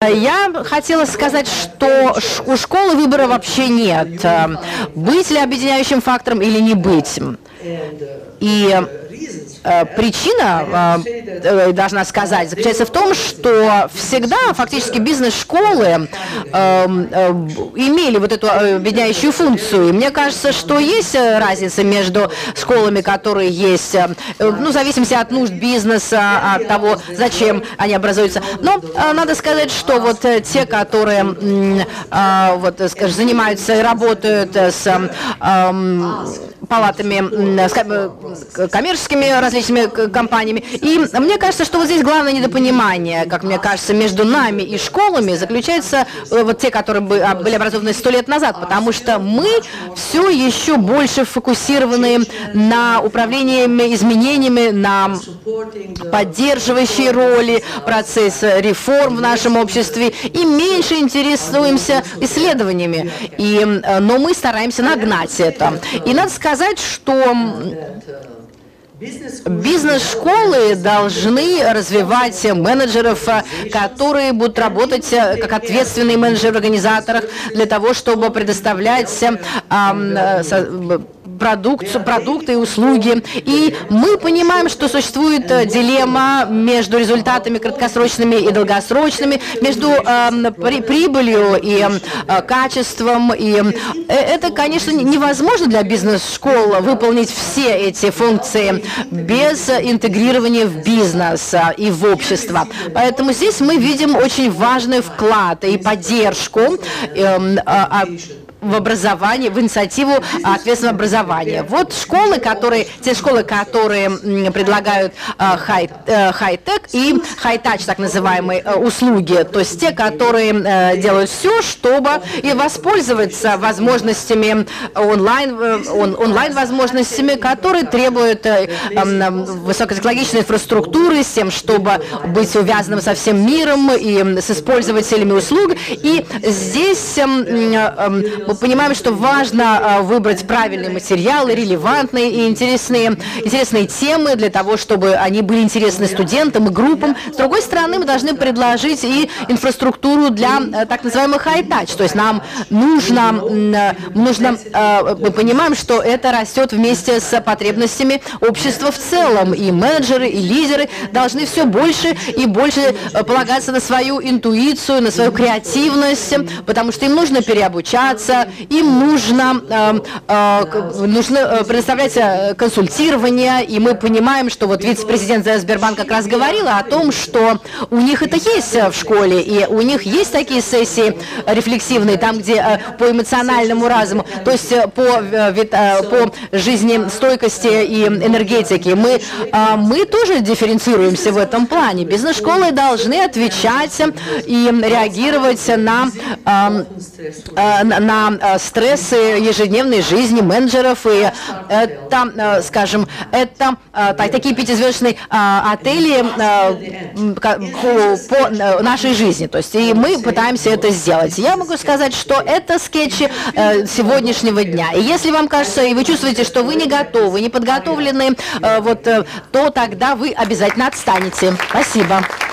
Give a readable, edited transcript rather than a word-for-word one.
Я хотела сказать, что у школы выбора вообще нет. Быть ли объединяющим фактором или не быть. И причина, должна сказать, заключается в том, что всегда фактически бизнес-школы имели вот эту объединяющую функцию. И мне кажется, что есть разница между школами, которые есть, ну, в зависимости от нужд бизнеса, от того, зачем они образуются. Но надо сказать, что вот те, которые вот, скажем, занимаются и работают с палатами, с коммерческими различными компаниями. И мне кажется, что вот здесь главное недопонимание, как мне кажется, между нами и школами заключается, вот те, которые были образованы 100 лет назад, потому что мы все еще больше фокусированы на управлении изменениями, на поддерживающей роли процесса реформ в нашем обществе и меньше интересуемся исследованиями. Но мы стараемся нагнать это. И надо сказать, что бизнес-школы должны развивать менеджеров, которые будут работать как ответственные менеджеры в организаторах для того, чтобы предоставлять продукты и услуги. И мы понимаем, что существует дилемма между результатами краткосрочными и долгосрочными, между прибылью и качеством. И это, конечно, невозможно для бизнес-школ выполнить все эти функции без интегрирования в бизнес и в общество. Поэтому здесь мы видим очень важный вклад и поддержку в образование, в инициативу ответственного образования. Вот школы, те школы, которые предлагают хай-тек и хай-тач, так называемые услуги, то есть те, которые делают все, чтобы и воспользоваться возможностями онлайн-возможностями, которые требуют высокотехнологичной инфраструктуры с тем, чтобы быть увязанным со всем миром и с использователями услуг. И здесь мы понимаем, что важно выбрать правильные материалы, релевантные и интересные темы для того, чтобы они были интересны студентам и группам. С другой стороны, мы должны предложить и инфраструктуру для так называемых хай-тач. То есть нам нужно, мы понимаем, что это растет вместе с потребностями общества в целом. И менеджеры, и лидеры должны все больше и больше полагаться на свою интуицию, на свою креативность, потому что им нужно переобучаться, им нужно предоставлять консультирование, и мы понимаем, что вот вице-президент Сбербанка как раз говорила о том, что у них это есть в школе, и у них есть такие сессии рефлексивные, там, где по эмоциональному разуму, то есть по жизнестойкости и энергетике. Мы тоже дифференцируемся в этом плане. Бизнес-школы должны отвечать и реагировать на стрессы ежедневной жизни менеджеров, и это, скажем, это такие пятизвездочные отели по нашей жизни, то есть и мы пытаемся это сделать. Я могу сказать, что это скетчи сегодняшнего дня, и если вам кажется, и вы чувствуете, что вы не готовы, не подготовлены, вот, то тогда вы обязательно отстанете. Спасибо.